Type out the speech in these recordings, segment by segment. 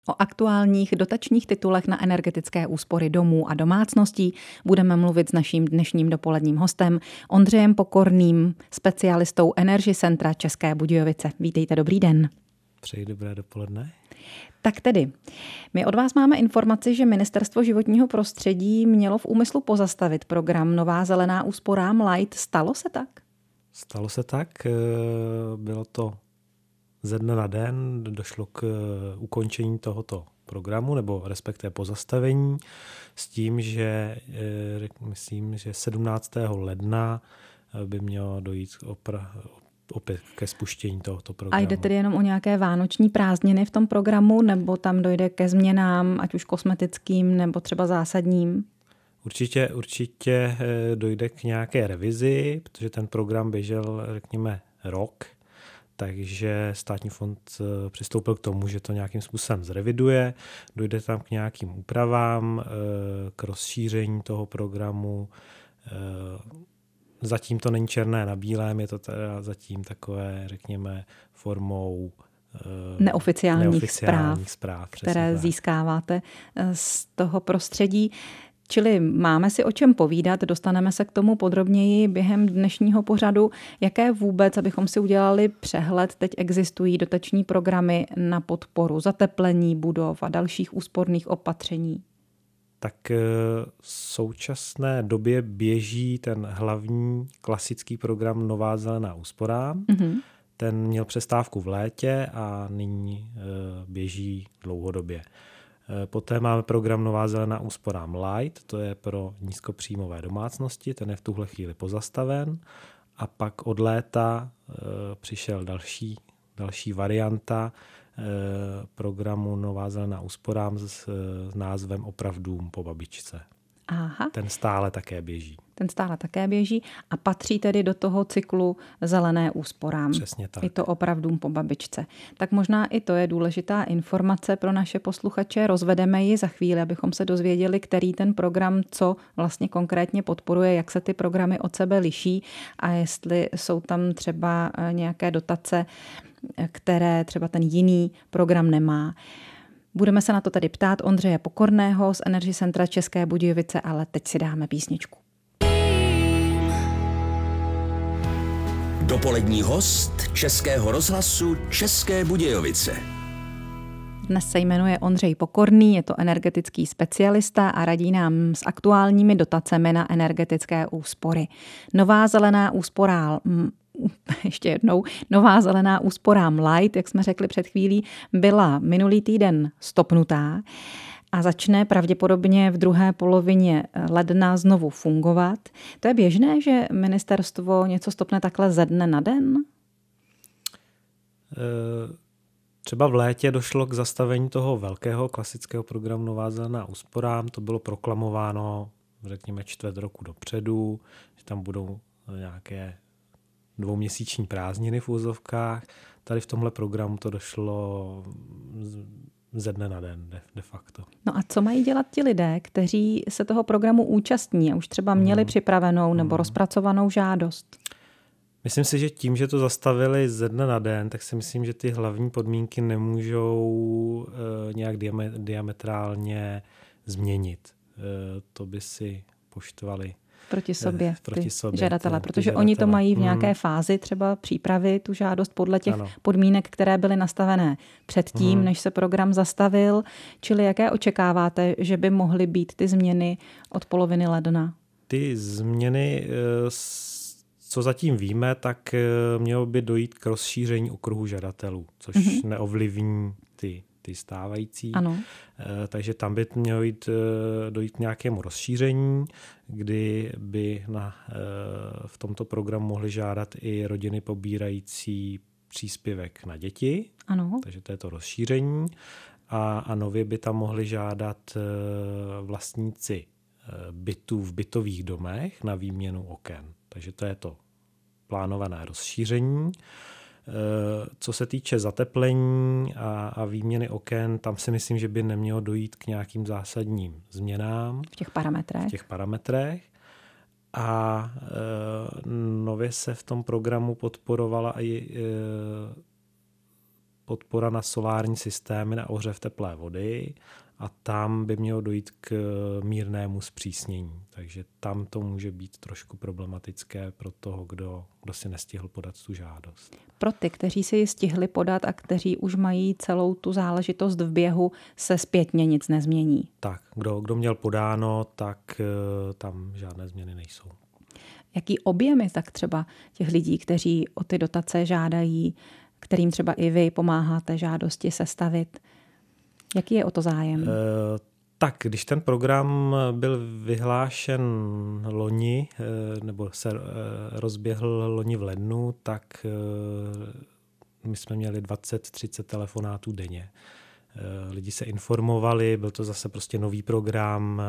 O aktuálních dotačních titulech na energetické úspory domů a domácností budeme mluvit s naším dnešním dopoledním hostem Ondřejem Pokorným, specialistou Energy Centra České Budějovice. Vítejte, dobrý den. Přeji dobré dopoledne. Tak tedy, my od vás máme informaci, že Ministerstvo životního prostředí mělo v úmyslu pozastavit program Nová zelená úsporám Light. Stalo se tak? Stalo se tak, bylo to ze dne na den, došlo k ukončení tohoto programu, nebo respektive pozastavení, s tím, že myslím, že 17. ledna by mělo dojít opět ke spuštění tohoto programu. A jde tedy jenom o nějaké vánoční prázdniny v tom programu, nebo tam dojde ke změnám, ať už kosmetickým, nebo třeba zásadním? Určitě dojde k nějaké revizi, protože ten program běžel, řekněme, rok, takže státní fond přistoupil k tomu, že to nějakým způsobem zreviduje, dojde tam k nějakým úpravám, k rozšíření toho programu. Zatím to není černé na bílém, je to teda zatím takové, řekněme, formou neoficiálních zpráv, které tak získáváte z toho prostředí. Čili máme si o čem povídat, dostaneme se k tomu podrobněji během dnešního pořadu. Jaké vůbec, abychom si udělali přehled, teď existují dotační programy na podporu zateplení budov a dalších úsporných opatření? Tak v současné době běží ten hlavní klasický program Nová zelená úsporám. Mm-hmm. Ten měl přestávku v létě a nyní běží dlouhodobě. Poté máme program Nová zelená úsporám Light, to je pro nízkopříjmové domácnosti, ten je v tuhle chvíli pozastaven. A pak od léta přišel další varianta programu Nová zelená úsporám s názvem Opravdům po babičce. Aha. Ten stále také běží. A patří tedy do toho cyklu zelené úsporám. Přesně tak. I to Opravdům po babičce. Tak možná i to je důležitá informace pro naše posluchače. Rozvedeme ji za chvíli, abychom se dozvěděli, který ten program co vlastně konkrétně podporuje, jak se ty programy od sebe liší a jestli jsou tam třeba nějaké dotace, které třeba ten jiný program nemá. Budeme se na to tedy ptát Ondřeje Pokorného z Energy Centra České Budějovice, ale teď si dáme písničku. Dopolední host Českého rozhlasu České Budějovice. Dnes se jmenuje Ondřej Pokorný, je to energetický specialista a radí nám s aktuálními dotacemi na energetické úspory. Nová zelená úsporám Light, jak jsme řekli před chvílí, byla minulý týden stopnutá a začne pravděpodobně v druhé polovině ledna znovu fungovat. To je běžné, že ministerstvo něco stopne takhle ze dne na den? Třeba v létě došlo k zastavení toho velkého klasického programu Nová zelená úsporám. To bylo proklamováno, řekněme, 4 roku dopředu, že tam budou nějaké 2měsíční prázdniny v úzovkách. Tady v tomhle programu to došlo ze dne na den de facto. No a co mají dělat ti lidé, kteří se toho programu účastní a už třeba měli připravenou nebo rozpracovanou žádost? Myslím si, že tím, že to zastavili ze dne na den, tak si myslím, že ty hlavní podmínky nemůžou nějak diametrálně změnit. To by si poštvali proti sobě žadatelé, protože oni to mají v nějaké fázi třeba přípravy, tu žádost podle těch podmínek, které byly nastavené předtím, než se program zastavil. Čili jaké očekáváte, že by mohly být ty změny od poloviny ledna? Ty změny, co zatím víme, tak mělo by dojít k rozšíření okruhu žadatelů, což neovlivní ty stávající. Ano. Takže tam by mělo dojít k nějakému rozšíření, kdy by v tomto programu mohly žádat i rodiny pobírající příspěvek na děti. Ano. Takže to je to rozšíření. A nově by tam mohli žádat vlastníci bytů v bytových domech na výměnu oken. Takže to je to plánované rozšíření. Co se týče zateplení a výměny oken, tam si myslím, že by nemělo dojít k nějakým zásadním změnám. V těch parametrech. A nově se v tom programu podporovala i podpora na solární systémy na ohřev teplé vody a tam by mělo dojít k mírnému zpřísnění. Takže tam to může být trošku problematické pro toho, kdo si nestihl podat tu žádost. Pro ty, kteří si ji stihli podat a kteří už mají celou tu záležitost v běhu, se zpětně nic nezmění. Tak, kdo měl podáno, tak tam žádné změny nejsou. Jaký objem je tak třeba těch lidí, kteří o ty dotace žádají, kterým třeba i vy pomáháte žádosti sestavit? Jaký je o to zájem? Tak, když ten program byl vyhlášen loni, nebo se rozběhl loni v lednu, tak my jsme měli 20-30 telefonátů denně. Lidi se informovali, byl to zase prostě nový program,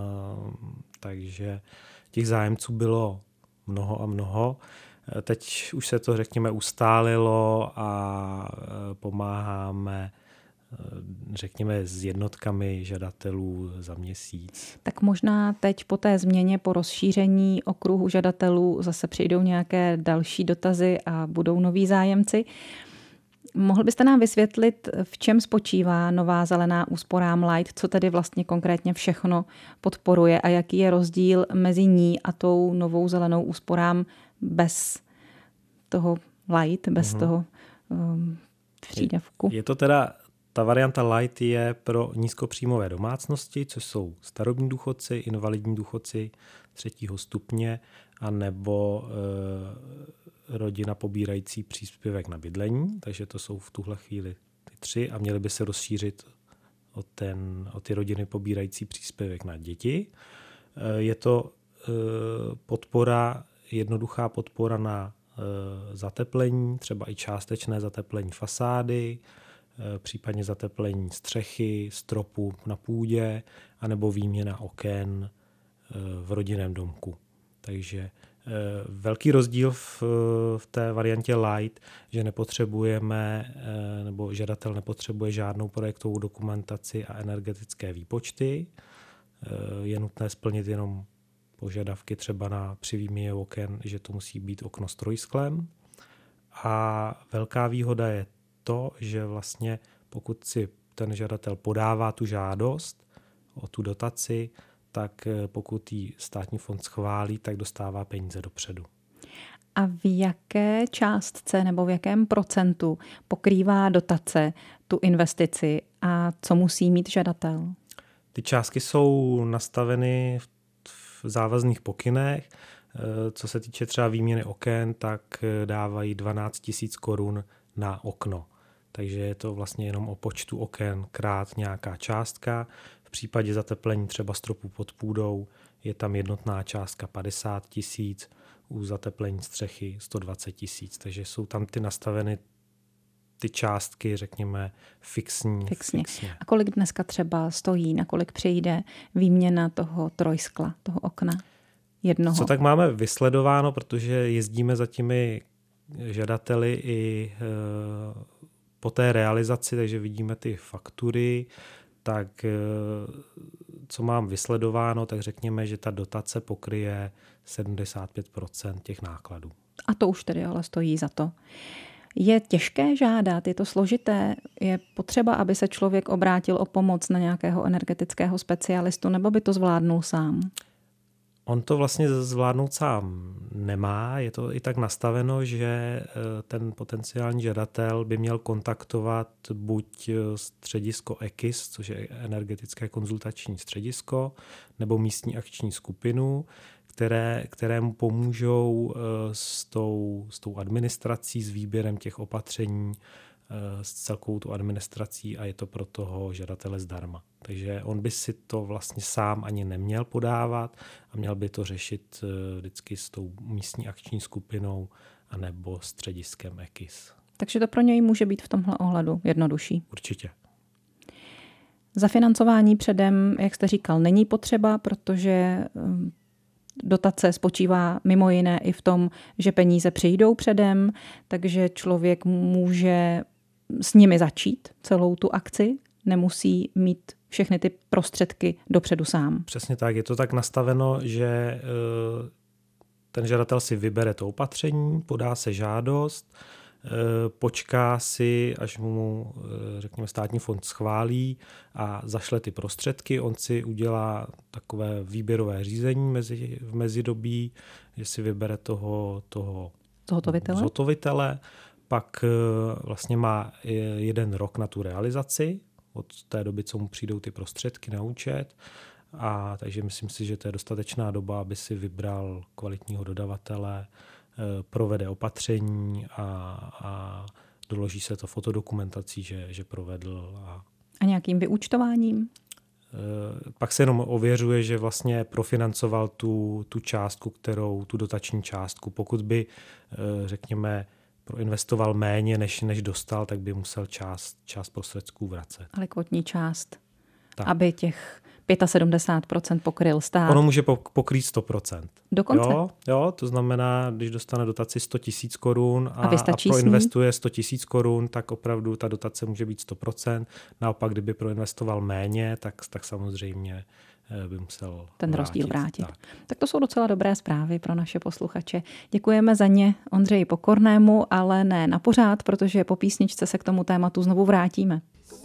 takže těch zájemců bylo mnoho a mnoho. Teď už se to, řekněme, ustálilo a pomáháme, řekněme, s jednotkami žadatelů za měsíc. Tak možná teď po té změně, po rozšíření okruhu žadatelů zase přijdou nějaké další dotazy a budou noví zájemci. Mohl byste nám vysvětlit, v čem spočívá Nová zelená úsporám Light, co tedy vlastně konkrétně všechno podporuje a jaký je rozdíl mezi ní a tou Novou zelenou úsporám bez toho Light, bez toho přídavku? Je to teda, ta varianta Light je pro nízkopříjmové domácnosti, což jsou starobní důchodci, invalidní důchodci 3. stupně a nebo rodina pobírající příspěvek na bydlení, takže to jsou v tuhle chvíli ty 3 a měly by se rozšířit o ty rodiny pobírající příspěvek na děti. Je to podpora, jednoduchá podpora na zateplení, třeba i částečné zateplení fasády, případně zateplení střechy, stropu na půdě, anebo výměna oken v rodinném domku. Takže velký rozdíl v té variantě Light, že nepotřebujeme, nebo žadatel nepotřebuje žádnou projektovou dokumentaci a energetické výpočty. Je nutné splnit jenom požadavky třeba při výměně oken, že to musí být okno s trojsklem. A velká výhoda je to, že vlastně pokud si ten žadatel podává tu žádost o tu dotaci, tak pokud ji státní fond schválí, tak dostává peníze dopředu. A v jaké částce nebo v jakém procentu pokrývá dotace tu investici a co musí mít žadatel? Ty částky jsou nastaveny v závazných pokynech. Co se týče třeba výměny oken, tak dávají 12 000 korun na okno. Takže je to vlastně jenom o počtu oken krát nějaká částka. V případě zateplení třeba stropu pod půdou je tam jednotná částka 50 000, u zateplení střechy 120 000. Takže jsou tam ty nastaveny ty částky, řekněme, fixně. A kolik dneska třeba stojí, na kolik přijde výměna toho trojskla, toho okna jednoho? Co tak máme vysledováno, protože jezdíme za těmi žadateli i po té realizaci, takže vidíme ty faktury, tak co mám vysledováno, tak řekněme, že ta dotace pokryje 75% těch nákladů. A to už tedy ale stojí za to. Je těžké žádat, je to složité, je potřeba, aby se člověk obrátil o pomoc na nějakého energetického specialistu, nebo by to zvládnul sám? On to vlastně zvládnout sám nemá, je to i tak nastaveno, že ten potenciální žadatel by měl kontaktovat buď středisko EKIS, což je energetické konzultační středisko, nebo místní akční skupinu, které mu pomůžou s tou administrací, s výběrem těch opatření, s celkovou tu administrací a je to pro toho žadatele zdarma. Takže on by si to vlastně sám ani neměl podávat a měl by to řešit vždycky s tou místní akční skupinou anebo střediskem EKIS. Takže to pro něj může být v tomhle ohledu jednodušší. Určitě. Zafinancování předem, jak jste říkal, není potřeba, protože dotace spočívá mimo jiné i v tom, že peníze přijdou předem, takže člověk může s nimi začít celou tu akci, nemusí mít všechny ty prostředky dopředu sám. Přesně tak, je to tak nastaveno, že ten žadatel si vybere to opatření, podá se žádost, počká si, až mu, řekněme, státní fond schválí a zašle ty prostředky. On si udělá takové výběrové řízení v mezidobí, že si vybere toho zhotovitele, pak vlastně má 1 rok na tu realizaci od té doby, co mu přijdou ty prostředky na účet. A takže myslím si, že to je dostatečná doba, aby si vybral kvalitního dodavatele, provede opatření a doloží se to fotodokumentací, že provedl. A nějakým vyúčtováním? Pak se jenom ověřuje, že vlastně profinancoval tu částku, tu dotační částku. Pokud by, řekněme, proinvestoval méně, než dostal, tak by musel část prostředků vracet. Ale kvotní část, tak. Aby těch 75% pokryl stát. Ono může pokrýt 100%. Dokonce? Jo, to znamená, když dostane dotaci 100 000 korun a proinvestuje 100 000 korun, tak opravdu ta dotace může být 100%. Naopak, kdyby proinvestoval méně, tak samozřejmě by musel ten rozdíl vrátit. Tak to jsou docela dobré zprávy pro naše posluchače. Děkujeme za ně Ondřeji Pokornému, ale ne na pořád, protože po písničce se k tomu tématu znovu vrátíme.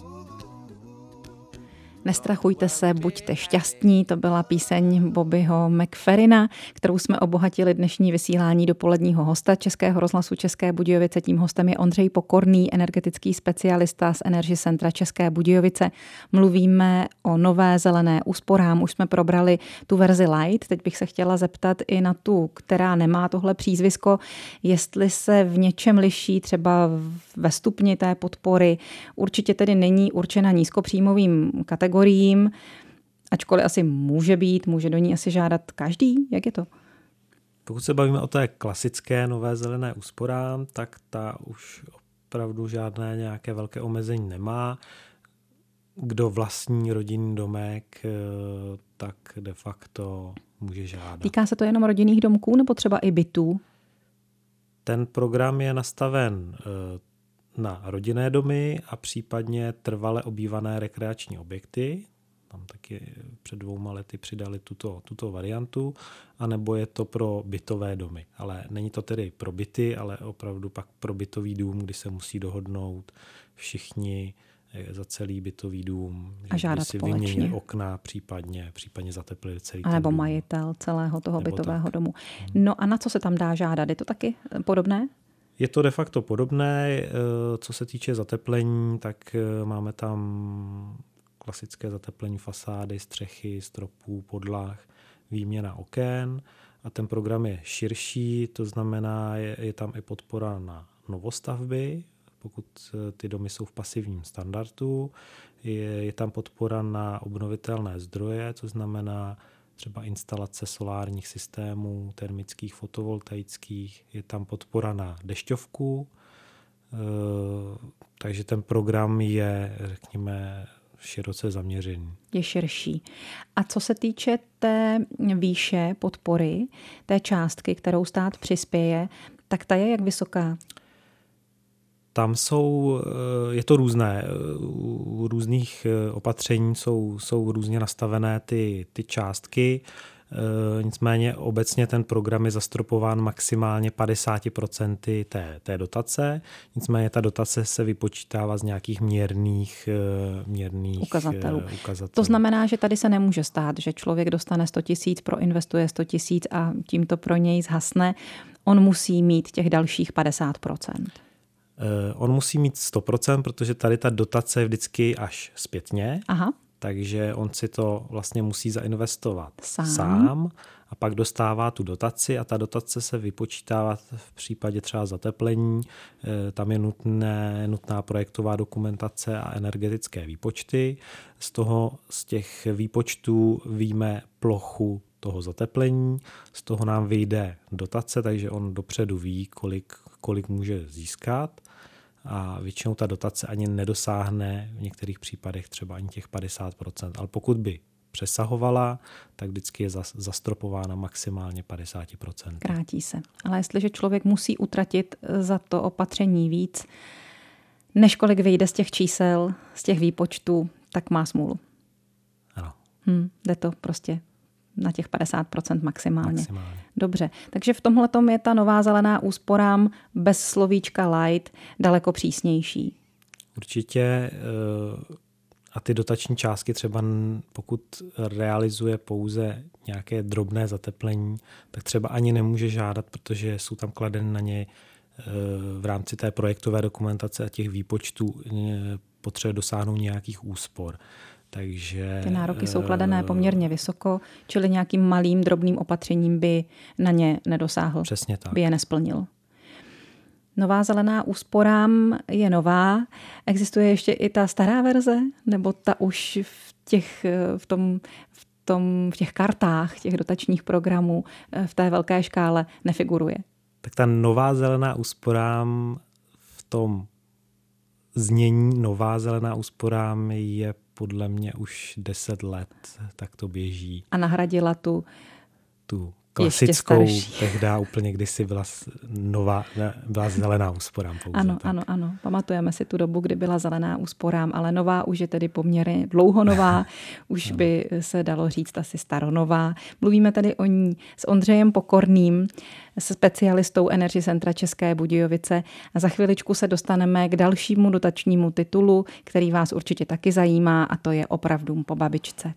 Nestrachujte se, buďte šťastní, to byla píseň Bobbyho McFerrina, kterou jsme obohatili dnešní vysílání dopoledního hosta Českého rozhlasu České Budějovice. Tím hostem je Ondřej Pokorný, energetický specialista z Energy Centra České Budějovice. Mluvíme o nové zelené úsporám, už jsme probrali tu verzi light, teď bych se chtěla zeptat i na tu, která nemá tohle přízvisko, jestli se v něčem liší třeba ve stupni té podpory. Určitě tedy není určena nízkopříjmovým kategoriím, ačkoliv asi může do ní asi žádat každý. Jak je to? Pokud se bavíme o té klasické nové zelené úsporám, tak ta už opravdu žádné nějaké velké omezení nemá. Kdo vlastní rodinný domek, tak de facto může žádat. Týká se to jenom rodinných domků nebo třeba i bytů? Ten program je nastaven na rodinné domy a případně trvale obývané rekreační objekty. Tam taky před 2 lety přidali tuto variantu, anebo je to pro bytové domy. Ale není to tedy pro byty, ale opravdu pak pro bytový dům, kdy se musí dohodnout všichni za celý bytový dům. A žádat si společně. Vyměnit okna, případně zateplili celý ten nebo dům. majitel celého toho nebo bytového tak. domu. No a na co se tam dá žádat? Je to taky podobné? Je to de facto podobné. Co se týče zateplení, tak máme tam klasické zateplení fasády, střechy, stropů, podlah, výměna oken a ten program je širší, to znamená, je tam i podpora na novostavby, pokud ty domy jsou v pasivním standardu, je tam podpora na obnovitelné zdroje, to znamená třeba instalace solárních systémů, termických, fotovoltaických, je tam podpora na dešťovku, takže ten program je, řekněme, široce zaměřený. Je širší. A co se týče té výše podpory, té částky, kterou stát přispěje, tak ta je jak vysoká? Tam je to různé. U různých opatření jsou různě nastavené ty částky. Nicméně obecně ten program je zastropován maximálně 50% té dotace. Nicméně ta dotace se vypočítává z nějakých měrných ukazatelů. To znamená, že tady se nemůže stát, že člověk dostane 100 000, proinvestuje 100 000 a tím to pro něj zhasne. On musí mít těch dalších 50%. On musí mít 100%, protože tady ta dotace je vždycky až zpětně. Aha. Takže on si to vlastně musí zainvestovat sám a pak dostává tu dotaci a ta dotace se vypočítává v případě třeba zateplení. Tam je nutná projektová dokumentace a energetické výpočty. Z těch výpočtů víme plochu toho zateplení, z toho nám vyjde dotace, takže on dopředu ví, kolik může získat. A většinou ta dotace ani nedosáhne v některých případech třeba ani těch 50%. Ale pokud by přesahovala, tak vždycky je zastropována maximálně 50%. Krátí se. Ale jestliže člověk musí utratit za to opatření víc, než kolik vyjde z těch čísel, z těch výpočtů, tak má smůlu. Ano. Jde to prostě na těch 50% maximálně. Dobře, takže v tomhletom je ta Nová zelená úsporám bez slovíčka light daleko přísnější. Určitě a ty dotační částky třeba pokud realizuje pouze nějaké drobné zateplení, tak třeba ani nemůže žádat, protože jsou tam kladeny na ně v rámci té projektové dokumentace a těch výpočtů potřebuje dosáhnout nějakých úspor. Takže ty nároky jsou kladené poměrně vysoko, čili nějakým malým drobným opatřením by na ně nedosáhl. Přesně tak. By je nesplnil. Nová zelená úsporám je nová. Existuje ještě i ta stará verze? Nebo ta už v těch kartách těch dotačních programů v té velké škále nefiguruje? Tak ta Nová zelená úsporám v tom znění Nová zelená úsporám je podle mě už 10 let, tak to běží. A nahradila tu klasickou, tehdy úplně kdysi byla zelená úsporám pouze. Ano. Pamatujeme si tu dobu, kdy byla zelená úsporám, ale nová už je tedy poměrně dlouho nová, už by se dalo říct asi staronová. Mluvíme tady o ní s Ondřejem Pokorným, specialistou Energy Centra České Budějovice. A za chviličku se dostaneme k dalšímu dotačnímu titulu, který vás určitě taky zajímá, a to je Opravdům po babičce.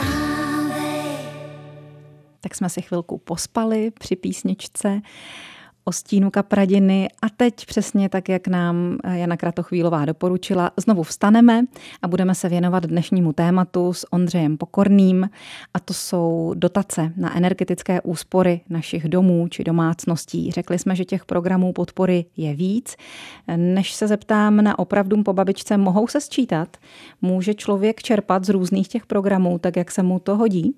Tak jsme si chvilku pospali při písničce o stínu Kapradiny a teď přesně tak, jak nám Jana Kratochvílová doporučila, znovu vstaneme a budeme se věnovat dnešnímu tématu s Ondřejem Pokorným, a to jsou dotace na energetické úspory našich domů či domácností. Řekli jsme, že těch programů podpory je víc. Než se zeptám na Opravdům po babičce, mohou se sčítat? Může člověk čerpat z různých těch programů tak, jak se mu to hodí?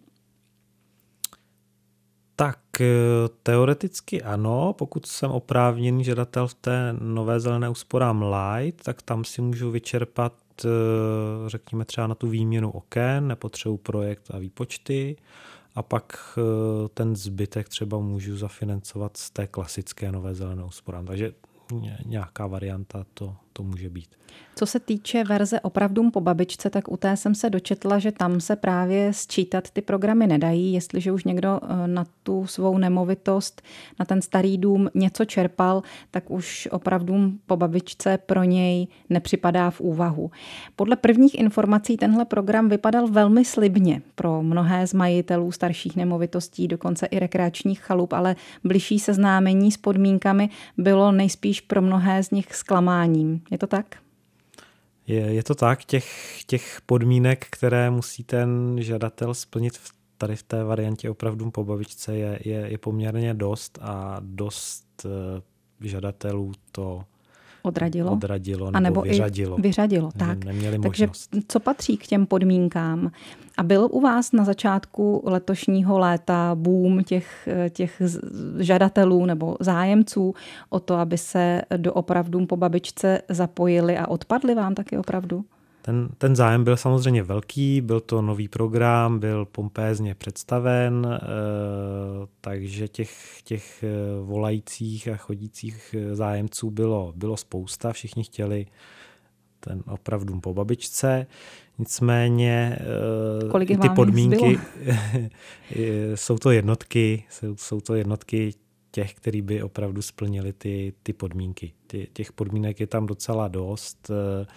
Tak teoreticky ano, pokud jsem oprávněný žadatel v té Nové zelené úsporám light, tak tam si můžu vyčerpat, řekněme třeba na tu výměnu oken, nepotřebuji projekt a výpočty, a pak ten zbytek třeba můžu zafinancovat z té klasické Nové zelené úsporám. Takže nějaká varianta to může být. Co se týče verze Opravdům po babičce, tak u té jsem se dočetla, že tam se právě sčítat ty programy nedají. Jestliže už někdo na tu svou nemovitost, na ten starý dům něco čerpal, tak už Opravdům po babičce pro něj nepřipadá v úvahu. Podle prvních informací tenhle program vypadal velmi slibně pro mnohé z majitelů starších nemovitostí, dokonce i rekreačních chalup, ale bližší seznámení s podmínkami bylo nejspíš pro mnohé z nich zklamáním. Je to tak? Je to tak, těch podmínek, které musí ten žadatel splnit tady v té variantě Opravdům po babičce je poměrně dost a dost žadatelů to odradilo nebo vyřadilo. Tak. Neměli Takže možnost. Co patří k těm podmínkám? A byl u vás na začátku letošního léta boom těch žadatelů nebo zájemců o to, aby se do Opravdům po babičce zapojili a odpadli vám taky opravdu? Ten zájem byl samozřejmě velký, byl to nový program, byl pompézně představen, takže těch volajících a chodících zájemců bylo spousta, všichni chtěli ten Opravdům po babičce, nicméně ty podmínky jsou to jednotky těch, který by opravdu splnili ty podmínky. Těch podmínek je tam docela dost,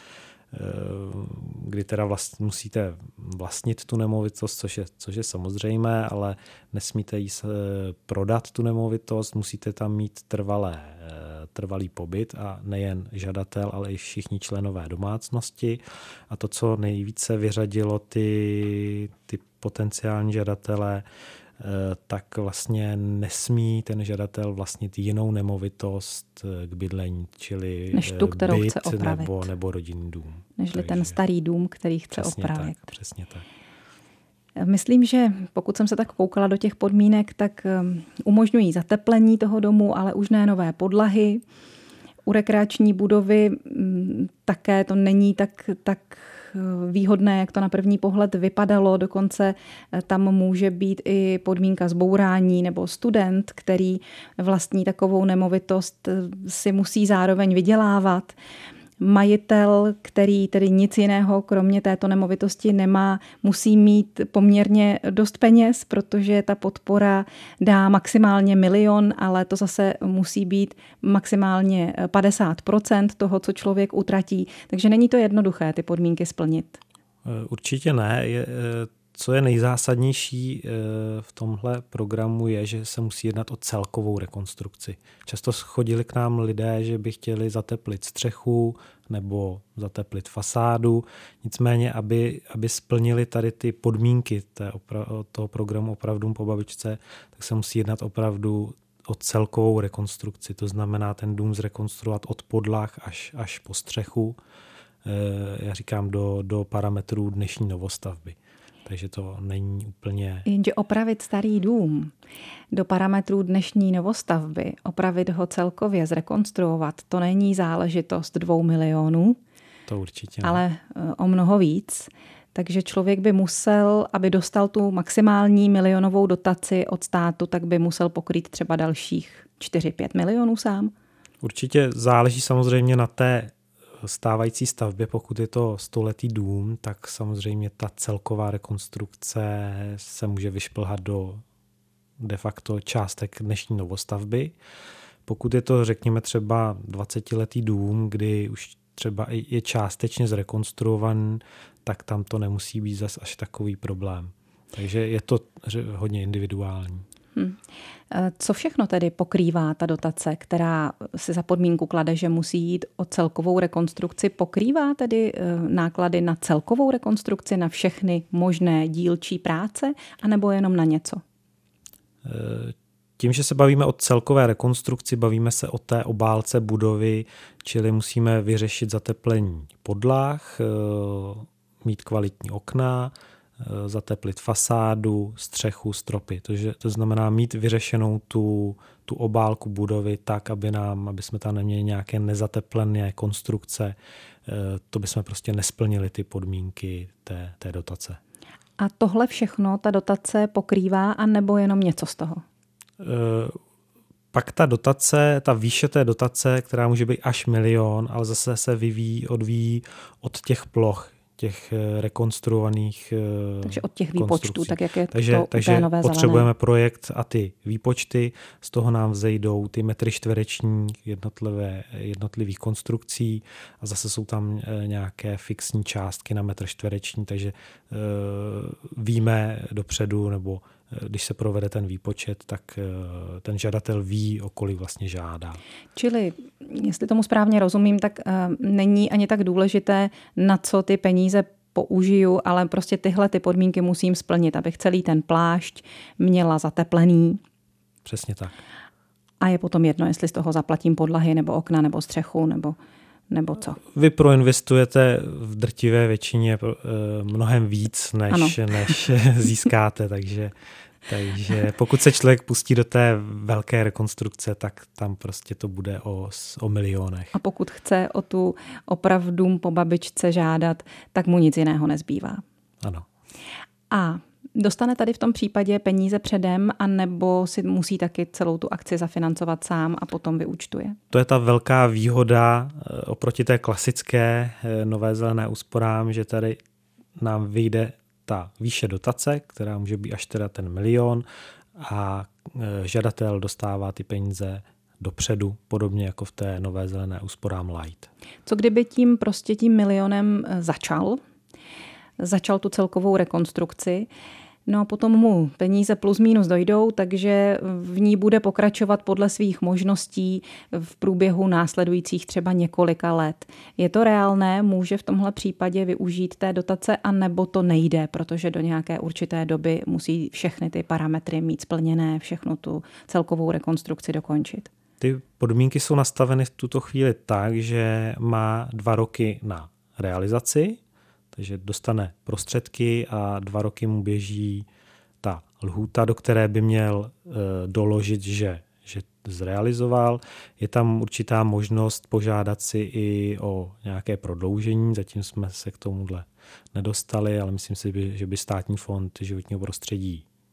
kdy teda musíte vlastnit tu nemovitost, což je samozřejmé, ale nesmíte jí prodat tu nemovitost, musíte tam mít trvalý pobyt a nejen žadatel, ale i všichni členové domácnosti. A to, co nejvíce vyřadilo ty potenciální žadatelé, tak vlastně nesmí ten žadatel vlastnit jinou nemovitost k bydlení, čili než tu, kterou byt chce opravit. Nebo rodinný dům. Nežli ten starý dům, který chce opravit. Přesně tak. Myslím, že pokud jsem se tak koukala do těch podmínek, tak umožňují zateplení toho domu, ale už ne nové podlahy. U rekreační budovy také to není tak výhodné, jak to na první pohled vypadalo. Dokonce tam může být i podmínka zbourání, nebo student, který vlastní takovou nemovitost, si musí zároveň vydělávat. majitel, který tedy nic jiného kromě této nemovitosti nemá, musí mít poměrně dost peněz, protože ta podpora dá maximálně 1 000 000, ale to zase musí být maximálně 50% toho, co člověk utratí. Takže není to jednoduché ty podmínky splnit. Určitě ne. Co je nejzásadnější v tomhle programu je, že se musí jednat o celkovou rekonstrukci. Často chodili k nám lidé, že by chtěli zateplit střechu nebo zateplit fasádu. Nicméně, aby splnili tady ty podmínky toho programu Opravdu po babičce, tak se musí jednat opravdu o celkovou rekonstrukci. To znamená ten dům zrekonstruovat od podlah až po střechu. Já říkám do parametrů dnešní novostavby. Takže to není úplně... Jenže opravit starý dům do parametrů dnešní novostavby, opravit ho celkově, zrekonstruovat, to není záležitost 2 milionů. To určitě ne. Ale o mnoho víc. Takže člověk by musel, aby dostal tu maximální milionovou dotaci od státu, tak by musel pokrýt třeba dalších 4-5 milionů sám. Určitě záleží samozřejmě na té stávající stavbě. Pokud je to 100letý dům, tak samozřejmě ta celková rekonstrukce se může vyšplhat do de facto částek dnešní novostavby. Pokud je to, řekněme, třeba 20letý dům, kdy už třeba je částečně zrekonstruovaný, tak tam to nemusí být zas až takový problém. Takže je to hodně individuální. Co všechno tedy pokrývá ta dotace, která si za podmínku klade, že musí jít o celkovou rekonstrukci? Pokrývá tedy náklady na celkovou rekonstrukci, na všechny možné dílčí práce, anebo jenom na něco? Tím, že se bavíme o celkové rekonstrukci, bavíme se o té obálce budovy, čili musíme vyřešit zateplení podlah, mít kvalitní okna, zateplit fasádu, střechu, stropy. To znamená mít vyřešenou tu obálku budovy tak, aby jsme tam neměli nějaké nezateplené konstrukce. To bychom prostě nesplnili ty podmínky té dotace. A tohle všechno ta dotace pokrývá, anebo jenom něco z toho? Pak ta výše té dotace, která může být až 1 000 000, ale zase se odvíjí od těch ploch, těch rekonstruovaných Takže od těch výpočtů, tak jak je takže té nové potřebujeme zelené. projekt a ty výpočty, z toho nám vzejdou ty metry čtvereční jednotlivých konstrukcí a zase jsou tam nějaké fixní částky na metr čtvereční, takže víme dopředu, nebo když se provede ten výpočet, tak ten žadatel ví, o kolik vlastně žádá. Čili, jestli tomu správně rozumím, tak není ani tak důležité, na co ty peníze použiju, ale prostě tyhle ty podmínky musím splnit, abych celý ten plášť měla zateplený. Přesně tak. A je potom jedno, jestli z toho zaplatím podlahy, nebo okna, nebo střechu, nebo co. Vy proinvestujete v drtivé většině mnohem víc, než získáte, takže pokud se člověk pustí do té velké rekonstrukce, tak tam prostě to bude o milionech. A pokud chce o tu opravdu po babičce žádat, tak mu nic jiného nezbývá. Ano. A dostane tady v tom případě peníze předem, anebo si musí taky celou tu akci zafinancovat sám a potom vyúčtuje? To je ta velká výhoda oproti té klasické Nové zelené úsporám, že tady nám vyjde ta výše dotace, která může být až teda ten 1 000 000 a žadatel dostává ty peníze dopředu, podobně jako v té Nové zelené úsporám Light. Co kdyby tím 1 000 000 začal tu celkovou rekonstrukci, no a potom mu peníze plus minus dojdou, takže v ní bude pokračovat podle svých možností v průběhu následujících třeba několika let. Je to reálné? Může v tomhle případě využít té dotace, anebo to nejde, protože do nějaké určité doby musí všechny ty parametry mít splněné, všechnu tu celkovou rekonstrukci dokončit? Ty podmínky jsou nastaveny v tuto chvíli tak, že má 2 roky na realizaci, takže dostane prostředky a 2 roky mu běží ta lhůta, do které by měl doložit, že zrealizoval. Je tam určitá možnost požádat si i o nějaké prodloužení, zatím jsme se k tomuhle nedostali, ale myslím si, že by Státní fond životního prostředí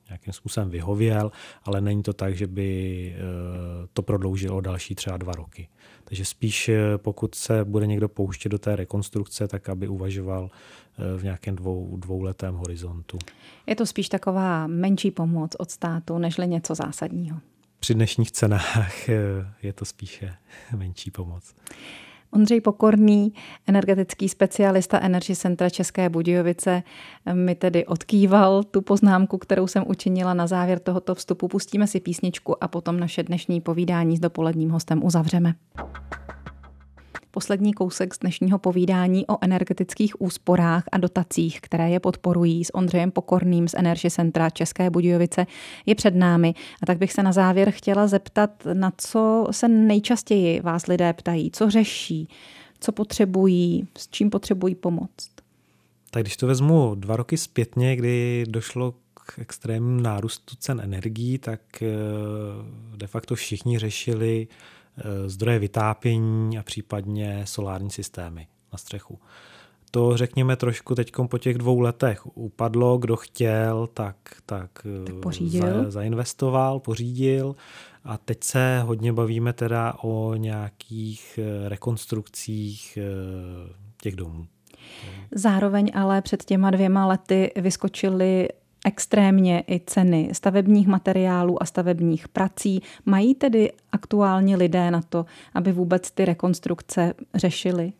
nějakým způsobem vyhověl, ale není to tak, že by to prodloužilo další třeba 2 roky. Takže spíš pokud se bude někdo pouštět do té rekonstrukce, tak aby uvažoval v nějakém dvouletém horizontu. Je to spíš taková menší pomoc od státu, nežli něco zásadního. Při dnešních cenách je to spíše menší pomoc. Ondřej Pokorný, energetický specialista Energy Centra České Budějovice, mi tedy odkýval tu poznámku, kterou jsem učinila na závěr tohoto vstupu. Pustíme si písničku a potom naše dnešní povídání s dopoledním hostem uzavřeme. Poslední kousek z dnešního povídání o energetických úsporách a dotacích, které je podporují, s Ondřejem Pokorným z Energy Centra České Budějovice, je před námi. A tak bych se na závěr chtěla zeptat, na co se nejčastěji vás lidé ptají, co řeší, co potřebují, s čím potřebují pomoct. Tak když to vezmu 2 roky zpětně, kdy došlo k extrémnímu nárůstu cen energií, tak de facto všichni řešili zdroje vytápění a případně solární systémy na střechu. To řekněme trošku teď po těch 2 letech upadlo, kdo chtěl, tak zainvestoval, pořídil a teď se hodně bavíme teda o nějakých rekonstrukcích těch domů. Zároveň ale před těma 2 lety vyskočily extrémně i ceny stavebních materiálů a stavebních prací. Mají tedy aktuálně lidé na to, aby vůbec ty rekonstrukce řešili?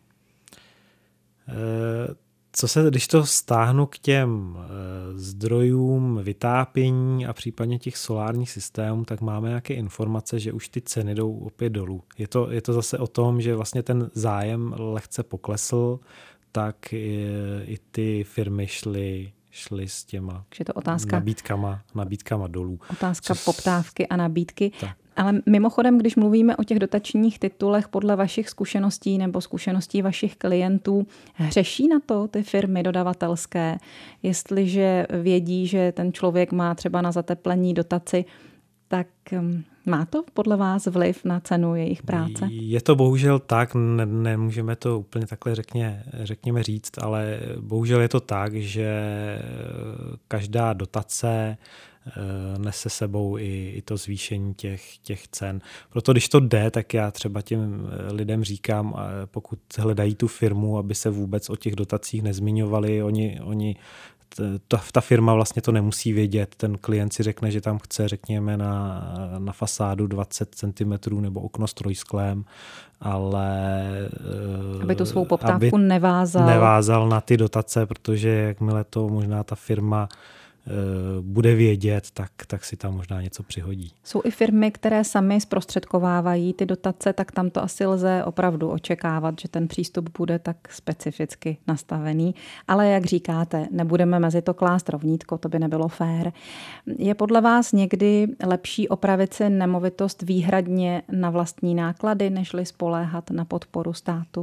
Když to stáhnu k těm zdrojům vytápění a případně těch solárních systémů, tak máme nějaké informace, že už ty ceny jdou opět dolů. Je to zase o tom, že vlastně ten zájem lehce poklesl, tak i ty firmy šly s těma nabídkama dolů. Otázka poptávky a nabídky. Tak. Ale mimochodem, když mluvíme o těch dotačních titulech podle vašich zkušeností nebo zkušeností vašich klientů, řeší na to ty firmy dodavatelské, jestliže vědí, že ten člověk má třeba na zateplení dotaci, tak má to podle vás vliv na cenu jejich práce? Je to bohužel tak, nemůžeme to úplně takhle řekněme říct, ale bohužel je to tak, že každá dotace nese sebou i to zvýšení těch cen. Proto když to jde, tak já třeba těm lidem říkám, pokud hledají tu firmu, aby se vůbec o těch dotacích nezmiňovali, oni ta firma vlastně to nemusí vědět. Ten klient si řekne, že tam chce, řekněme, na fasádu 20 cm nebo okno s trojsklem, ale aby tu svou poptávku nevázal na ty dotace, protože jakmile to možná ta firma bude vědět, tak si tam možná něco přihodí. Jsou i firmy, které sami zprostředkovávají ty dotace, tak tam to asi lze opravdu očekávat, že ten přístup bude tak specificky nastavený. Ale jak říkáte, nebudeme mezi to klást rovnítko, to by nebylo fér. Je podle vás někdy lepší opravit si nemovitost výhradně na vlastní náklady, nežli spoléhat na podporu státu?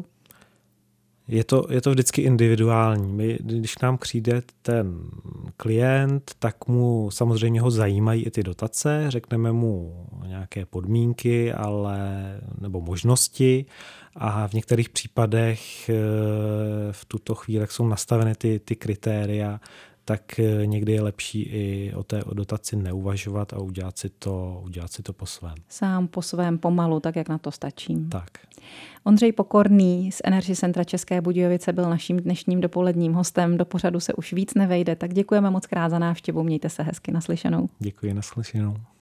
Je to vždycky individuální. Když k nám přijde ten klient, tak mu samozřejmě ho zajímají i ty dotace, řekneme mu nějaké podmínky, nebo možnosti a v některých případech v tuto chvíli, jak jsou nastaveny ty kritéria, tak někdy je lepší i o té dotaci neuvažovat a udělat si to po svém. Sám po svém pomalu, tak jak na to stačím. Tak. Ondřej Pokorný z Energy Centra České Budějovice byl naším dnešním dopoledním hostem. Do pořadu se už víc nevejde, tak děkujeme moc krát za návštěvu. Mějte se hezky, naslyšenou. Děkuji, naslyšenou.